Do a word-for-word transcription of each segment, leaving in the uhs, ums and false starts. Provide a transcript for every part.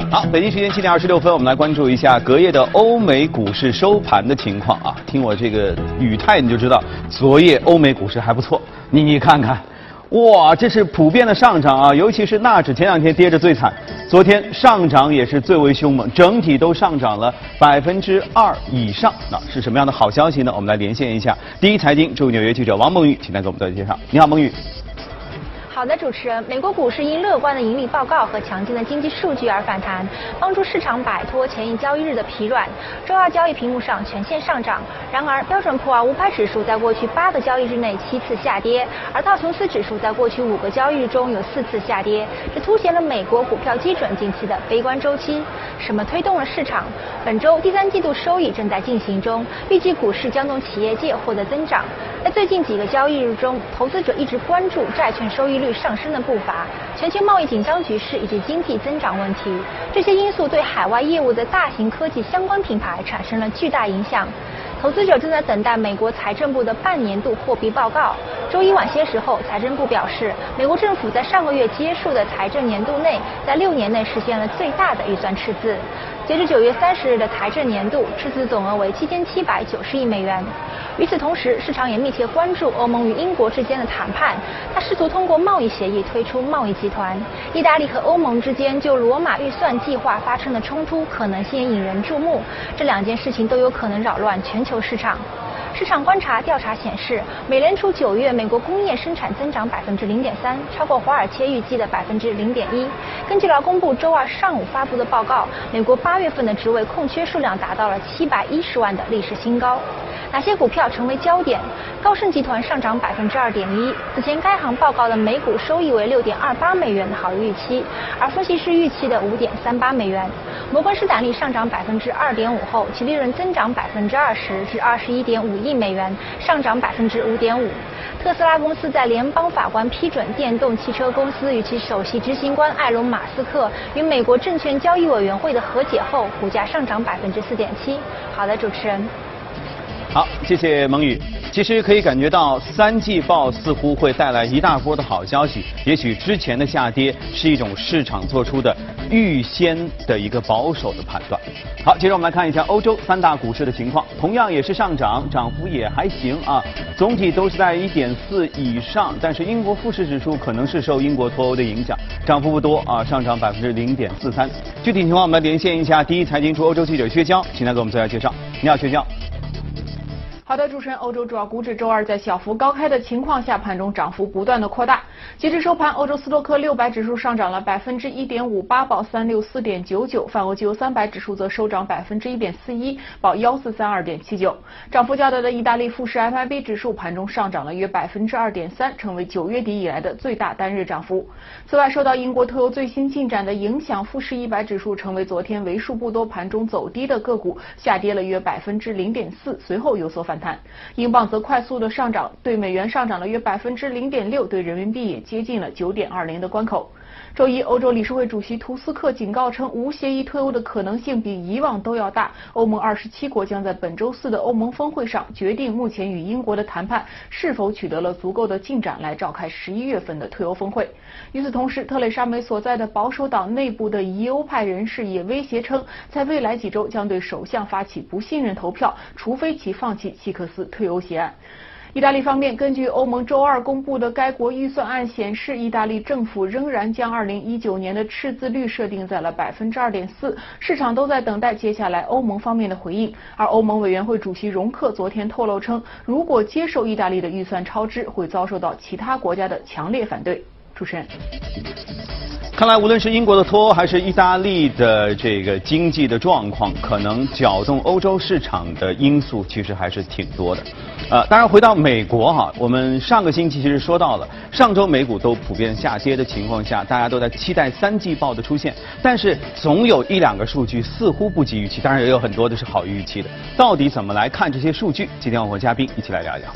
好，北京时间七点二十六分，我们来关注一下隔夜的欧美股市收盘的情况啊。听我这个语态，你就知道昨夜欧美股市还不错。你你看看，哇，这是普遍的上涨啊，尤其是纳指前两天跌着最惨，昨天上涨也是最为凶猛，整体都上涨了百分之二以上。那是什么样的好消息呢？我们来连线一下第一财经驻纽约记者王梦雨，请来给我们做介绍。你好，梦雨。 好的，主持人，美国股市因乐观的盈利报告和强劲的经济数据而反弹，帮助市场摆脱前一交易日的疲软。周二交易屏幕上全线上涨，然而标准普尔五百指数在过去八个交易日内七次下跌，而道琼斯指数在过去五个交易日中有四次下跌，这凸显了美国股票基准近期的悲观周期。什么推动了市场？本周第三季度收益正在进行中，预计股市将从企业界获得增长。在最近几个交易日中，投资者一直关注债券收益率上升的步伐、全球贸易紧张局势以及经济增长问题，这些因素对海外业务的大型科技相关品牌产生了巨大影响。投资者正在等待美国财政部的半年度货币报告。周一晚些时候，财政部表示，美国政府在上个月结束的财政年度内，在六年内实现了最大的预算赤字。截至九月三十日的财政年度，赤字总额为七千七百九十亿美元。与此同时，市场也密切关注欧盟与英国之间的谈判，它试图通过贸易协议推出贸易集团。意大利和欧盟之间就罗马预算计划发生的冲突可能性引人注目，这两件事情都有可能扰乱全球市场。市场观察调查显示，美联储九月美国工业生产增长百分之零点三，超过华尔街预计的百分之零点一。根据劳工部周二上午发布的报告，美国八月份的职位空缺数量达到了七百一十万的历史新高。哪些股票成为焦点？高盛集团上涨百分之二点一，此前该行报告的每股收益为六点二八美元，好于预期，而分析师预期的五点三八美元。摩根士丹利上涨百分之二点五后，其利润增长百分之二十至二十一点五亿美元，上涨百分之五点五。特斯拉公司在联邦法官批准电动汽车公司与其首席执行官埃隆·马斯克与美国证券交易委员会的和解后，股价上涨百分之四点七。好的，主持人。 好，谢谢蒙宇。其实可以感觉到三季报似乎会带来一大波的好消息，也许之前的下跌是一种市场做出的预先的一个保守的判断。好，接着我们来看一下欧洲三大股市的情况，同样也是上涨，涨幅也还行啊，总体都是在一点四以上，但是英国富时指数可能是受英国脱欧的影响，涨幅不多啊，上涨百分之零点四三。具体情况我们来连线一下第一财经驻欧洲记者薛娇，请他给我们做下介绍。你好，薛娇。 好的，主持人，欧洲主要股指周二在小幅高开的情况下，盘中涨幅不断的扩大。截至收盘，欧洲斯托克六百指数上涨了百分之一点五八，报三六四点九九；泛欧绩优三百指数则收涨百分之一点四一，报幺四三二点七九。涨幅较大的意大利富时 M I B 指数盘中上涨了约百分之二点三，成为九月底以来的最大单日涨幅。此外，受到英国脱欧最新进展的影响，富时一百指数成为昨天为数不多盘中走低的个股，下跌了约百分之零点四，随后有所反弹。英镑则快速的上涨，对美元上涨了约百分之零点六，对人民币也接近了九点二零的关口。周一，欧洲理事会主席图斯克警告称，无协议脱欧的可能性比以往都要大。欧盟二十七国将在本周四的欧盟峰会上决定目前与英国的谈判是否取得了足够的进展，来召开十一月份的退欧峰会。与此同时，特蕾莎梅所在的保守党内部的疑欧派人士也威胁称，在未来几周将对首相发起不信任投票，除非其放弃希克斯退欧协案。意大利方面，根据欧盟周二公布的该国预算案显示，意大利政府仍然将二零一九年的赤字率设定在了百分之二点四，市场都在等待接下来欧盟方面的回应。而欧盟委员会主席容克昨天透露称，如果接受意大利的预算超支，会遭受到其他国家的强烈反对。主持人。 看来，无论是英国的脱欧，还是意大利的这个经济的状况，可能搅动欧洲市场的因素其实还是挺多的。呃，当然回到美国哈，我们上个星期其实说到了，上周美股都普遍下跌的情况下，大家都在期待三季报的出现，但是总有一两个数据似乎不及预期，当然也有很多的是好于预期的。到底怎么来看这些数据？今天我和嘉宾一起来聊一聊。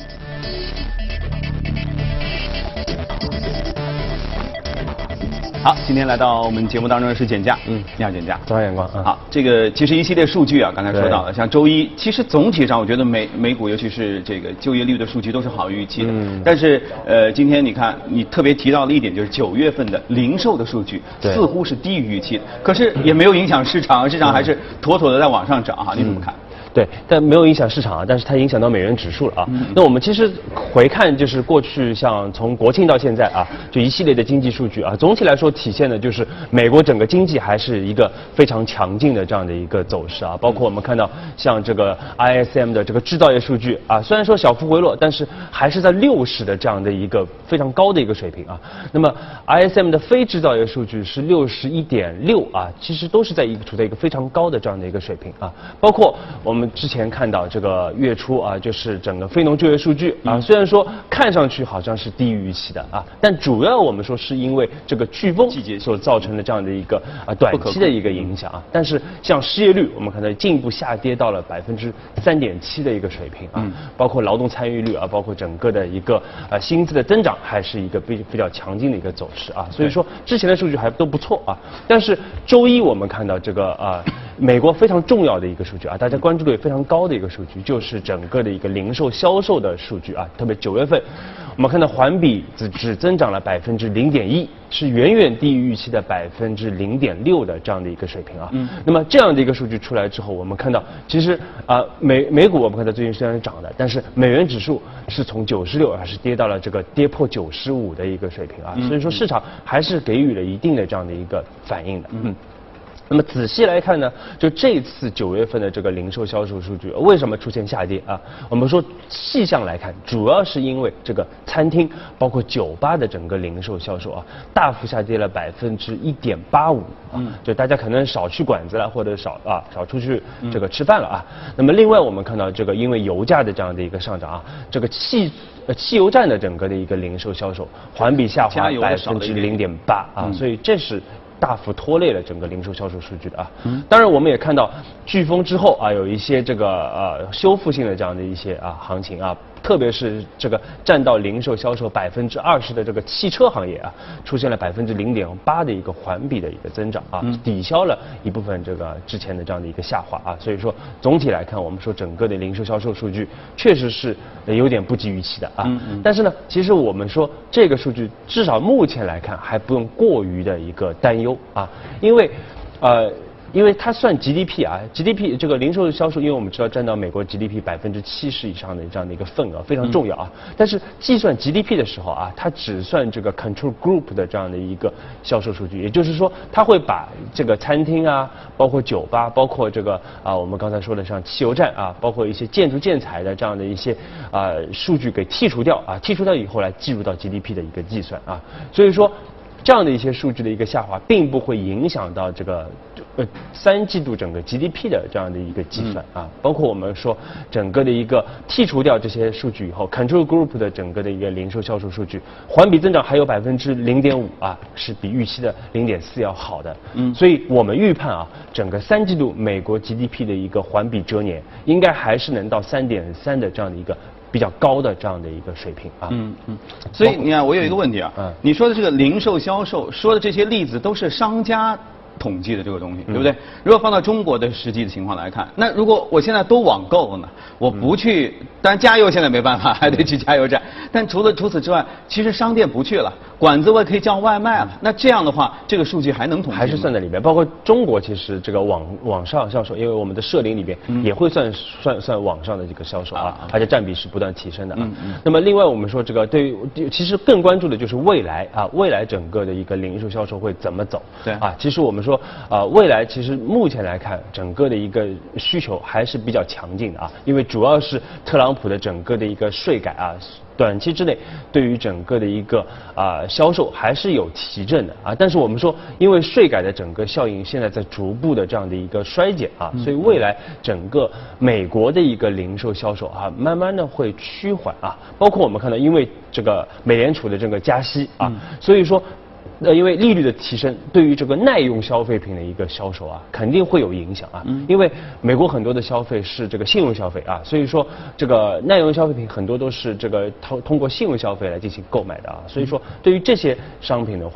好，今天来到我们节目当中的是简家，嗯，你好，简家， 早上眼光。嗯、 好，这个其实一系列数据啊，刚才说到了，像周一，其实总体上我觉得美美股，尤其是这个就业率的数据都是好于预期的。嗯。但是呃，今天你看，你特别提到了一点，就是九月份的零售的数据似乎是低于预期的，可是也没有影响市场，市场还是妥妥的在往上涨哈，你怎么看？ 嗯对，但没有影响市场啊，但是它影响到美元指数了啊。嗯、那我们其实回看，就是过去像从国庆到现在啊，就一系列的经济数据啊，总体来说体现的就是美国整个经济还是一个非常强劲的这样的一个走势啊。包括我们看到像这个 I S M 的这个制造业数据啊，虽然说小幅回落，但是还是在六十的这样的一个非常高的一个水平啊。那么 I S M 的非制造业数据是六十一点六啊，其实都是在一个处在一个非常高的这样的一个水平啊。包括我们之前看到这个月初啊，就是整个非农就业数据啊，虽然说看上去好像是低于预期的啊，但主要我们说是因为这个飓风季节所造成的这样的一个啊短期的一个影响啊。但是像失业率，我们看到进一步下跌到了百分之三点七的一个水平啊，包括劳动参与率啊，包括整个的一个啊薪资的增长，还是一个比比较强劲的一个走势啊。所以说之前的数据还都不错啊，但是周一我们看到这个啊。美国非常重要的一个数据啊，大家关注度也非常高的一个数据，就是整个的一个零售销售的数据啊，特别九月份，我们看到环比只只增长了百分之零点一，是远远低于预期的百分之零点六的这样的一个水平啊。嗯。那么这样的一个数据出来之后，我们看到其实啊美美股我们看到最近虽然涨的，但是美元指数是从九十六啊是跌到了这个跌破九十五的一个水平啊，所以说市场还是给予了一定的这样的一个反应的。嗯。那么仔细来看呢，就这次九月份的这个零售销售数据为什么出现下跌啊？我们说细项来看，主要是因为这个餐厅包括酒吧的整个零售销售啊，大幅下跌了百分之一点八五啊，就大家可能少去馆子了，或者少啊少出去这个吃饭了啊。那么另外我们看到这个因为油价的这样的一个上涨啊，这个汽呃汽油站的整个的一个零售销售环比下滑百分之零点八啊，所以这是大幅拖累了整个零售销售数据的啊。嗯、当然，我们也看到飓风之后啊，有一些这个呃修复性的这样的一些啊行情啊，特别是这个占到零售销售百分之二十的这个汽车行业啊，出现了百分之零点八的一个环比的一个增长啊，嗯、抵消了一部分这个之前的这样的一个下滑啊。所以说，总体来看，我们说整个的零售销售数据确实是有点不及预期的啊。嗯嗯、但是呢，其实我们说这个数据至少目前来看还不用过于的一个担忧。啊，因为，呃，因为它算 G D P 啊 ，G D P 这个零售销售，因为我们知道占到美国 G D P 百分之七十以上的这样的一个份额非常重要啊。嗯、但是计算 G D P 的时候啊，它只算这个 Control Group 的这样的一个销售数据，也就是说，它会把这个餐厅啊，包括酒吧，包括这个啊，我们刚才说的像汽油站啊，包括一些建筑建材的这样的一些啊数据给剔除掉啊，剔除掉以后来计入到 G D P 的一个计算啊，所以说。这样的一些数据的一个下滑，并不会影响到这个呃三季度整个 G D P 的这样的一个计算啊，包括我们说整个的一个剔除掉这些数据以后 ，Control Group 的整个的一个零售销售数据，环比增长还有百分之零点五啊，是比预期的零点四要好的。嗯，所以我们预判啊，整个三季度美国 G D P 的一个环比折年，应该还是能到三点三的这样的一个。比较高的这样的一个水平啊， 嗯嗯，所以你看，我有一个问题啊，嗯，你说的这个零售销售说的这些例子都是商家统计的这个东西，对不对？如果放到中国的实际的情况来看，那如果我现在都网购呢，我不去，当然加油现在没办法，还得去加油站。但除了除此之外，其实商店不去了，馆子我也可以叫外卖了。那这样的话，这个数据还能统计吗？ 还是算在里面。包括中国其实这个网网上销售，因为我们的社零里边也会算算算网上的这个销售啊，而且占比是不断提升的啊。那么另外我们说这个对于其实更关注的就是未来啊，未来整个的一个零售销售会怎么走？对啊，其实我们说啊，未来其实目前来看，整个的一个需求还是比较强劲的啊，因为主要是特朗普的整个的一个税改啊。短期之内，对于整个的一个啊、呃、销售还是有提振的啊，但是我们说，因为税改的整个效应现在在逐步的这样的一个衰减啊，所以未来整个美国的一个零售销售啊，慢慢的会趋缓啊，包括我们看到，因为这个美联储的这个加息啊，嗯、所以说。呃，因为利率的提升，对于这个耐用消费品的一个销售啊，肯定会有影响啊。嗯、因为美国很多的消费是这个信用消费啊，所以说这个耐用消费品很多都是这个通通过信用消费来进行购买的啊。所以说，对于这些商品的话，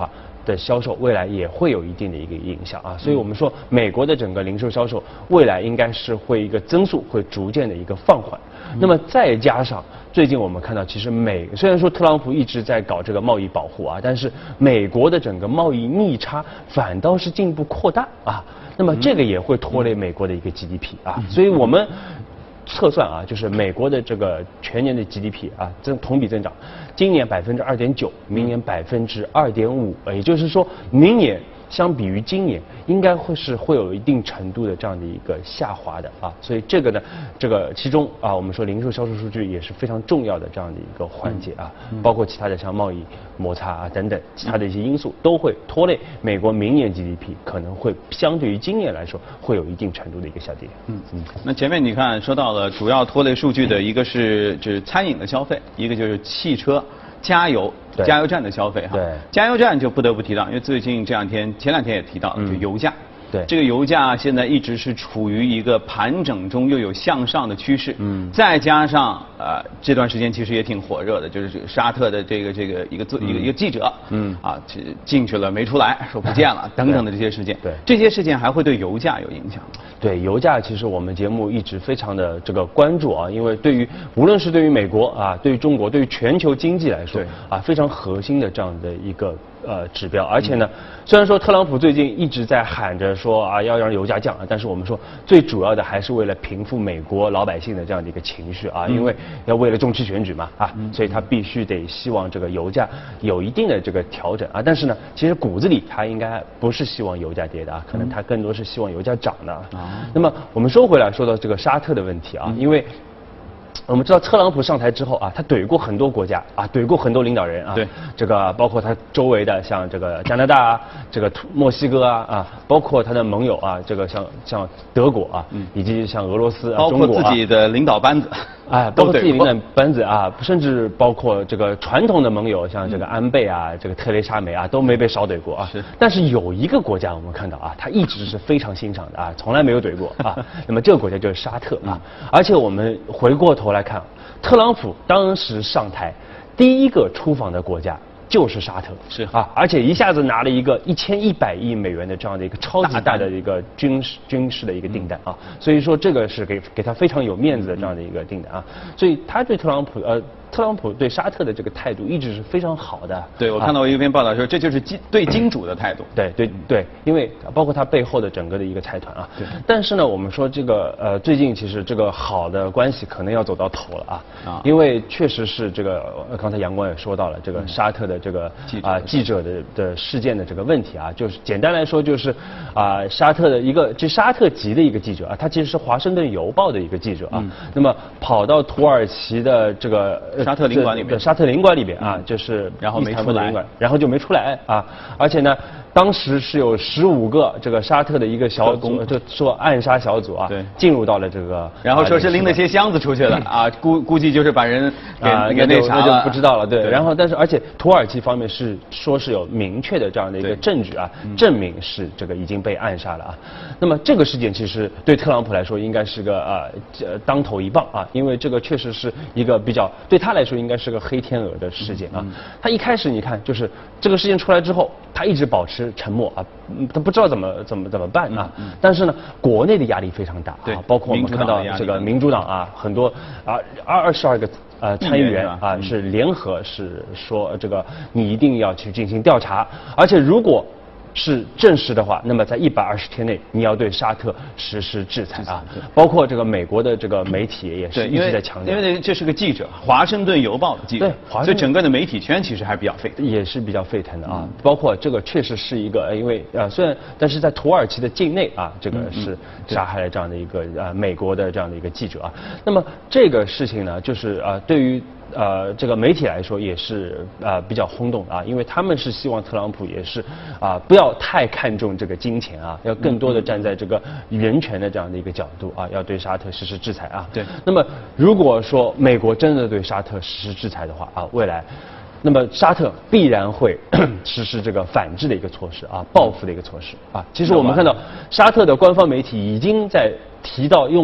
的销售未来也会有一定的一个影响啊。所以我们说美国的整个零售销售未来应该是会一个增速会逐渐的一个放缓。那么再加上最近我们看到，其实美虽然说特朗普一直在搞这个贸易保护啊，但是美国的整个贸易逆差反倒是进一步扩大啊。那么这个也会拖累美国的一个 G D P 啊。所以我们测算啊，就是美国的这个全年的 G D P 啊，增同比增长，今年百分之二点九，明年百分之二点五，也就是说明年相比于今年，应该会是会有一定程度的这样的一个下滑的啊，所以这个呢，这个其中啊，我们说零售销售数据也是非常重要的这样的一个环节啊，嗯、包括其他的像贸易摩擦啊等等其他的一些因素，都会拖累美国明年 G D P 可能会相对于今年来说会有一定程度的一个下跌。 嗯嗯。那前面你看说到了主要拖累数据的一个是就是餐饮的消费，一个就是汽车。加油，加油站的消费哈， 对， 加油站就不得不提到，因为最近这两天、前两天也提到了，就油价。 对， 这个油价现在一直是处于一个盘整中又有向上的趋势，嗯，再加上呃这段时间其实也挺火热的，就是这个沙特的这个这个一个做、嗯、一个一个记者，嗯啊进去了没出来，说不见了等等的这些事件， 对， 这些事件还会对油价有影响。 对，油价其实我们节目一直非常的这个关注啊，因为对于无论是对于美国啊，对于中国，对于全球经济来说啊，非常核心的这样的一个呃指标，而且呢，虽然说特朗普最近一直在喊着说啊要让油价降啊，但是我们说最主要的还是为了平复美国老百姓的这样的一个情绪啊，因为要为了中期选举嘛啊，所以他必须得希望这个油价有一定的这个调整啊，但是呢，其实骨子里他应该不是希望油价跌的啊，可能他更多是希望油价涨的啊。那么我们说回来说到这个沙特的问题啊，因为我们知道特朗普上台之后啊，他怼过很多国家啊，怼过很多领导人啊。 对。 这个包括他周围的像这个加拿大啊，这个墨西哥啊啊，包括他的盟友啊，这个像像德国啊，嗯、以及像俄罗斯啊， 包括自己的领导班子。 哎，包括自己领导班子啊，甚至包括这个传统的盟友，像这个安倍啊，这个特蕾莎梅啊，都没被少怼过啊。 是。 但是有一个国家我们看到啊，他一直是非常欣赏的啊，从来没有怼过啊。那么这个国家就是沙特啊，而且我们回过头来看，特朗普当时上台，第一个出访的国家就是沙特， 是啊，而且一下子拿了一个一千一百亿美元的这样的一个超级大的一个军事军事的一个订单啊，所以说这个是给给他非常有面子的这样的一个订单啊，所以他对特朗普呃。特朗普对沙特的这个态度一直是非常好的。 对，我看到一篇报道说，这就是金对金主的态度。 对对对，因为包括他背后的整个的一个财团啊。对。但是呢，我们说这个呃，最近其实这个好的关系可能要走到头了啊。啊。因为确实是这个，刚才阳光也说到了这个沙特的这个啊记者的的事件的这个问题啊，就是简单来说就是啊沙特的一个就沙特籍的一个记者啊，他其实是华盛顿邮报的一个记者啊，那么跑到土耳其的这个。 沙特领馆里面， 沙特领馆里边啊，就是然后没出来， 然后就没出来啊，而且呢，当时是有十五个这个沙特的一个小组，就说暗杀小组啊， 对， 进入到了这个， 然后说是拎了些箱子出去了啊，估估计就是把人给给那啥了， 那就不知道了，对。然后但是而且土耳其方面是说是有明确的这样的一个证据啊，证明是这个已经被暗杀了啊。那么这个事件其实对特朗普来说应该是个呃当头一棒啊，因为这个确实是一个比较对他来说应该是个黑天鹅的事件啊。他一开始你看就是这个事件出来之后，他一直保持沉默啊，他不知道怎么怎么怎么办啊。但是呢，国内的压力非常大啊，包括我们看到这个民主党啊，很多啊二二十二个呃参议员啊是联合是说这个你一定要去进行调查，而且如果是证实的话，那么在一百二十天内你要对沙特实施制裁啊，包括这个美国的这个媒体也是一直在强调， 因为这是个记者，华盛顿邮报的记者， 对， 所以整个的媒体圈其实还是比较沸腾， 也是比较沸腾的啊。嗯、包括这个确实是一个，因为呃虽然但是在土耳其的境内啊，这个是杀害了这样的一个呃美国的这样的一个记者啊。那么这个事情呢，就是呃对于。呃，这个媒体来说也是呃比较轰动啊，因为他们是希望特朗普也是啊不要太看重这个金钱啊，要更多的站在这个人权的这样的一个角度啊，要对沙特实施制裁啊。 对。 那么如果说美国真的对沙特实施制裁的话啊，未来，那么沙特必然会实施这个反制的一个措施啊，报复的一个措施啊。其实我们看到沙特的官方媒体已经在提到用。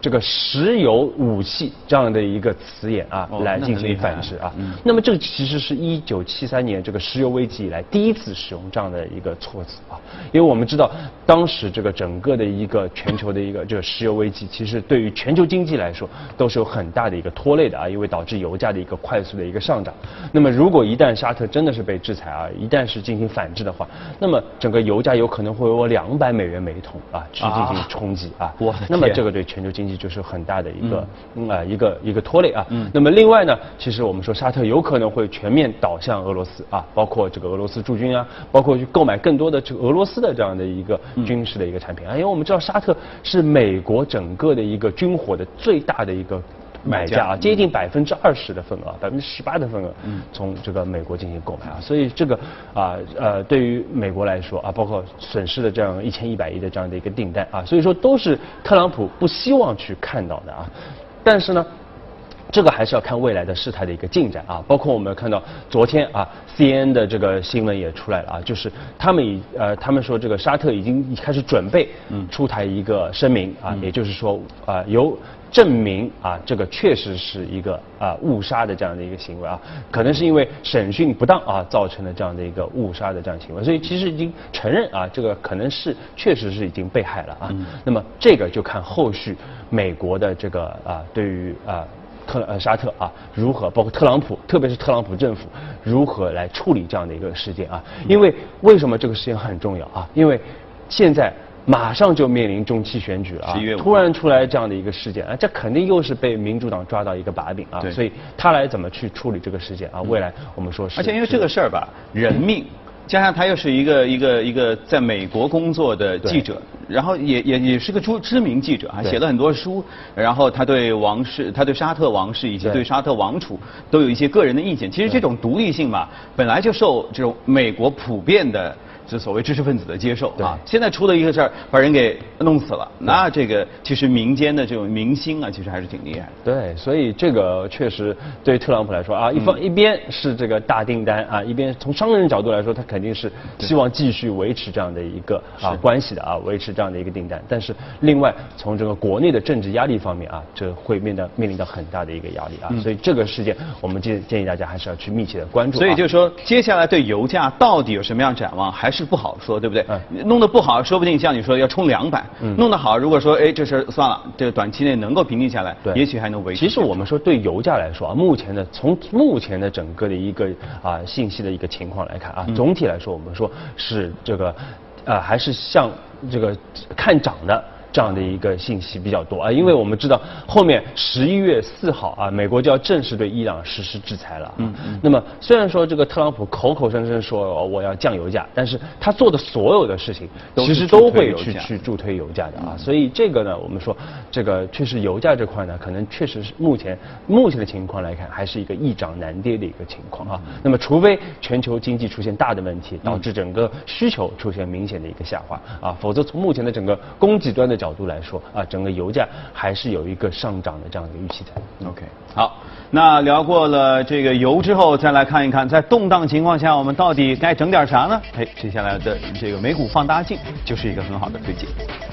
这个石油武器这样的一个词眼啊， 哦、 来进行反制啊。嗯、那么这个其实是一九七三年这个石油危机以来第一次使用这样的一个措辞啊，因为我们知道当时这个整个的一个全球的一个这个石油危机，其实对于全球经济来说都是有很大的一个拖累的啊，因为导致油价的一个快速的一个上涨。那么如果一旦沙特真的是被制裁啊，一旦是进行反制的话，那么整个油价有可能会有两百美元每桶啊去进行冲击啊。 哇， 那么这个对全球经济就是很大的一个嗯啊、呃、一个一个拖累啊。嗯。那么另外呢，其实我们说沙特有可能会全面倒向俄罗斯啊，包括这个俄罗斯驻军啊，包括去购买更多的这个俄罗斯的这样的一个军事的一个产品啊，因为我们知道沙特是美国整个的一个军火的最大的一个买家啊，接近百分之二十的份额，百分之十八的份额，从这个美国进行购买啊，所以这个啊呃对于美国来说啊，包括损失的这样一千一百亿的这样的一个订单啊，所以说都是特朗普不希望去看到的啊，但是呢。这个还是要看未来的事态的一个进展啊，包括我们看到昨天啊 C N N 的这个新闻也出来了啊，就是他们以呃他们说这个沙特已经开始准备出台一个声明啊，也就是说啊由证明啊这个确实是一个啊误杀的这样的一个行为啊，可能是因为审讯不当啊造成的这样的一个误杀的这样行为，所以其实已经承认啊这个可能是确实是已经被害了啊，那么这个就看后续美国的这个啊对于啊。特呃沙特啊，如何包括特朗普，特别是特朗普政府如何来处理这样的一个事件啊？因为为什么这个事情很重要啊？因为现在马上就面临中期选举了啊，突然出来这样的一个事件啊，这肯定又是被民主党抓到一个把柄啊，所以他来怎么去处理这个事件啊？未来我们说是， 而且因为这个事儿吧，人命。加上他又是一个一个一个在美国工作的记者，然后也也也是个知知名记者，还写了很多书。然后他对王室，他对沙特王室以及对沙特王储都有一些个人的意见。其实这种独立性嘛，本来就受这种美国普遍的这所谓知识分子的接受啊。现在出了一个事儿，把人给弄死了，那这个其实民间的这种明星啊，其实还是挺厉害的。 对，所以这个确实对特朗普来说啊，一方、嗯、一边是这个大订单啊，一边从商人角度来说，他肯定是希望继续维持这样的一个啊关系的啊，维持这样的一个订单。但是另外从这个国内的政治压力方面啊，这会面临面临到很大的一个压力啊。嗯、所以这个事件我们建建议大家还是要去密切的关注、啊。 所以就是说，接下来对油价到底有什么样展望，还是不好说，对不对？嗯、弄得不好，说不定像你说要冲两百；嗯、弄得好，如果说哎这事算了，这个短期内能够平静下来，对，也许还能维持。 其实我们说对油价来说啊，目前的从目前的整个的一个啊信息的一个情况来看啊，嗯、总体来说我们说是这个啊还是向这个看涨的。这样的一个信息比较多啊，因为我们知道后面十一月四号啊，美国就要正式对伊朗实施制裁了、啊。嗯嗯。那么虽然说这个特朗普口口声声说我要降油价，但是他做的所有的事情其实都会去去助推油价的啊。所以这个呢，我们说这个确实油价这块呢，可能确实是目前目前的情况来看，还是一个易涨难跌的一个情况啊。那么除非全球经济出现大的问题，导致整个需求出现明显的一个下滑啊，否则从目前的整个供给端的角度来说啊，整个油价还是有一个上涨的这样的预期在。 OK， 好，那聊过了这个油之后，再来看一看，在动荡情况下，我们到底该整点啥呢？哎，接下来的这个美股放大镜就是一个很好的推荐。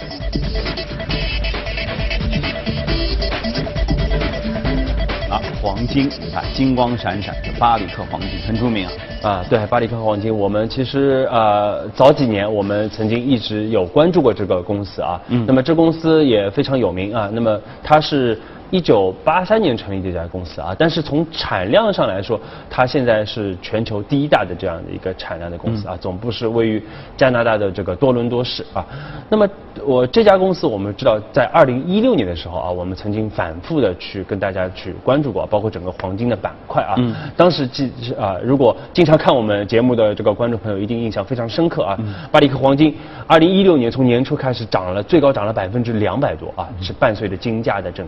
啊，黄金啊，金光闪闪的巴里克黄金很著名啊。 啊，对，巴里克黄金，我们其实呃早几年我们曾经一直有关注过这个公司啊，嗯，那么这公司也非常有名啊，那么它是一九八三年成立这家公司啊，但是从产量上来说，它现在是全球第一大的这样的一个产量的公司啊，嗯、总部是位于加拿大的这个多伦多市啊。那么我这家公司我们知道，在二零一六年的时候啊，我们曾经反复的去跟大家去关注过，包括整个黄金的板块啊。嗯、当时记啊，如果经常看我们节目的这个观众朋友一定印象非常深刻啊。嗯、巴里克黄金二零一六年从年初开始涨了，最高涨了百分之两百多啊，是伴随着金价的整个的一个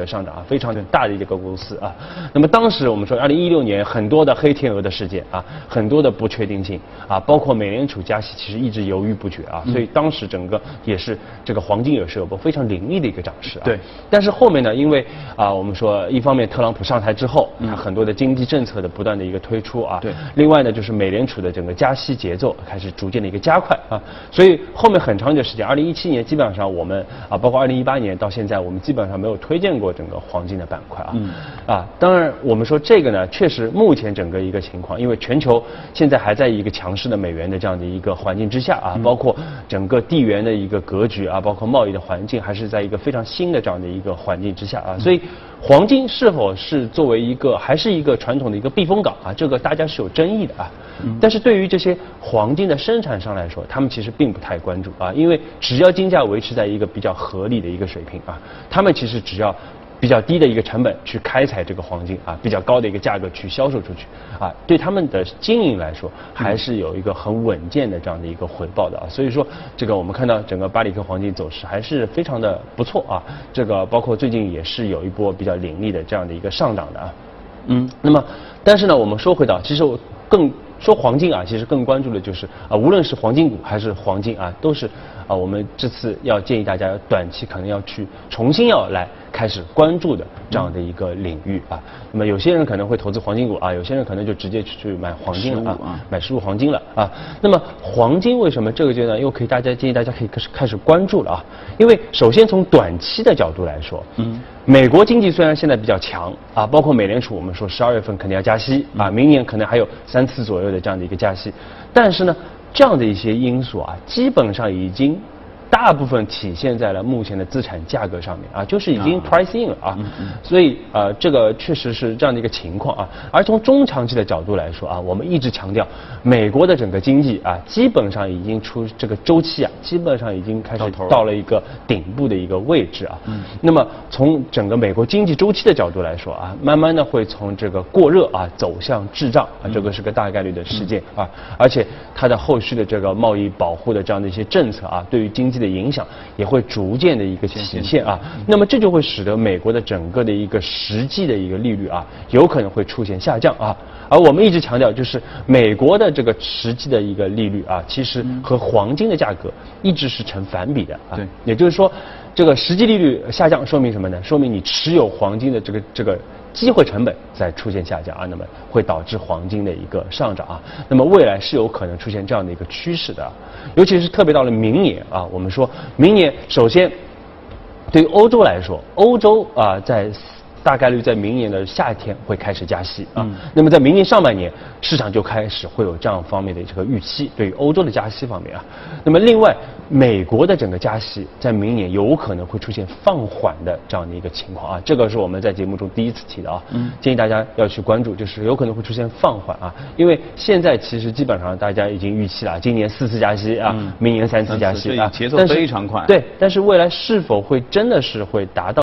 个上涨啊，非常大的一个公司啊。那么当时我们说，二零一六年很多的黑天鹅的事件啊，很多的不确定性啊，包括美联储加息其实一直犹豫不决啊，所以当时整个也是这个黄金也是有个非常凌厉的一个涨势啊。 对。 但是后面呢，因为啊，我们说一方面特朗普上台之后，他很多的经济政策的不断的一个推出啊， 对。 另外呢，就是美联储的整个加息节奏开始逐渐的一个加快啊，所以后面很长一段时间，二零一七年基本上我们啊，包括二零一八年到现在，我们基本上没有推荐过整个黄金的板块啊。嗯。啊，当然我们说这个呢，确实目前整个一个情况，因为全球现在还在一个强势的美元的这样的一个环境之下啊，包括整个地缘的一个格局啊，包括贸易的环境，还是在一个非常新的这样的一个环境之下啊，所以黄金是否是作为一个还是一个传统的一个避风港啊，这个大家是有争议的啊。但是对于这些黄金的生产商来说，他们其实并不太关注啊，因为只要金价维持在一个比较合理的一个水平啊，他们其实只要比较低的一个成本去开采这个黄金啊，比较高的一个价格去销售出去啊，对他们的经营来说还是有一个很稳健的这样的一个回报的啊。所以说这个我们看到整个巴里克黄金走势还是非常的不错啊，这个包括最近也是有一波比较凌厉的这样的一个上涨的啊。嗯，那么但是呢，我们说回到，其实我更说黄金啊，其实更关注的就是啊，无论是黄金股还是黄金啊，都是啊，我们这次要建议大家短期可能要去重新要来开始关注的这样的一个领域啊。那么有些人可能会投资黄金股啊，有些人可能就直接去买黄金了啊，买实物黄金了啊。那么黄金为什么这个阶段又可以大家建议大家可以开始开始关注了啊？因为首先从短期的角度来说，嗯，美国经济虽然现在比较强啊，包括美联储我们说十二月份肯定要加息啊，明年可能还有三次左右的这样的一个加息，但是呢，这样的一些因素啊，基本上已经大部分体现在了目前的资产价格上面啊，就是已经 price in 了啊，所以呃这个确实是这样的一个情况啊。而从中长期的角度来说啊，我们一直强调美国的整个经济啊，基本上已经出这个周期啊，基本上已经开始到了一个顶部的一个位置啊。那么从整个美国经济周期的角度来说啊，慢慢的会从这个过热啊走向滞胀啊，这个是个大概率的事件啊，而且它的后续的这个贸易保护的这样的一些政策啊，对于经济的影响也会逐渐的一个体现啊，那么这就会使得美国的整个的一个实际的一个利率啊，有可能会出现下降啊。而我们一直强调，就是美国的这个实际的一个利率啊，其实和黄金的价格一直是成反比的啊。对，也就是说，这个实际利率下降说明什么呢？说明你持有黄金的这个这个机会成本在出现下降啊，那么会导致黄金的一个上涨啊。那么未来是有可能出现这样的一个趋势的，尤其是特别到了明年啊，我们说明年首先对于欧洲来说，欧洲啊在大概率在明年的夏天会开始加息啊，嗯、那么在明年上半年市场就开始会有这样方面的这个预期，对于欧洲的加息方面啊，那么另外美国的整个加息在明年有可能会出现放缓的这样的一个情况啊，这个是我们在节目中第一次提的啊，嗯、建议大家要去关注，就是有可能会出现放缓啊，因为现在其实基本上大家已经预期了，今年四次加息啊，嗯、明年三次加息啊， 节奏非常快， 对，但是未来是否会真的是会达到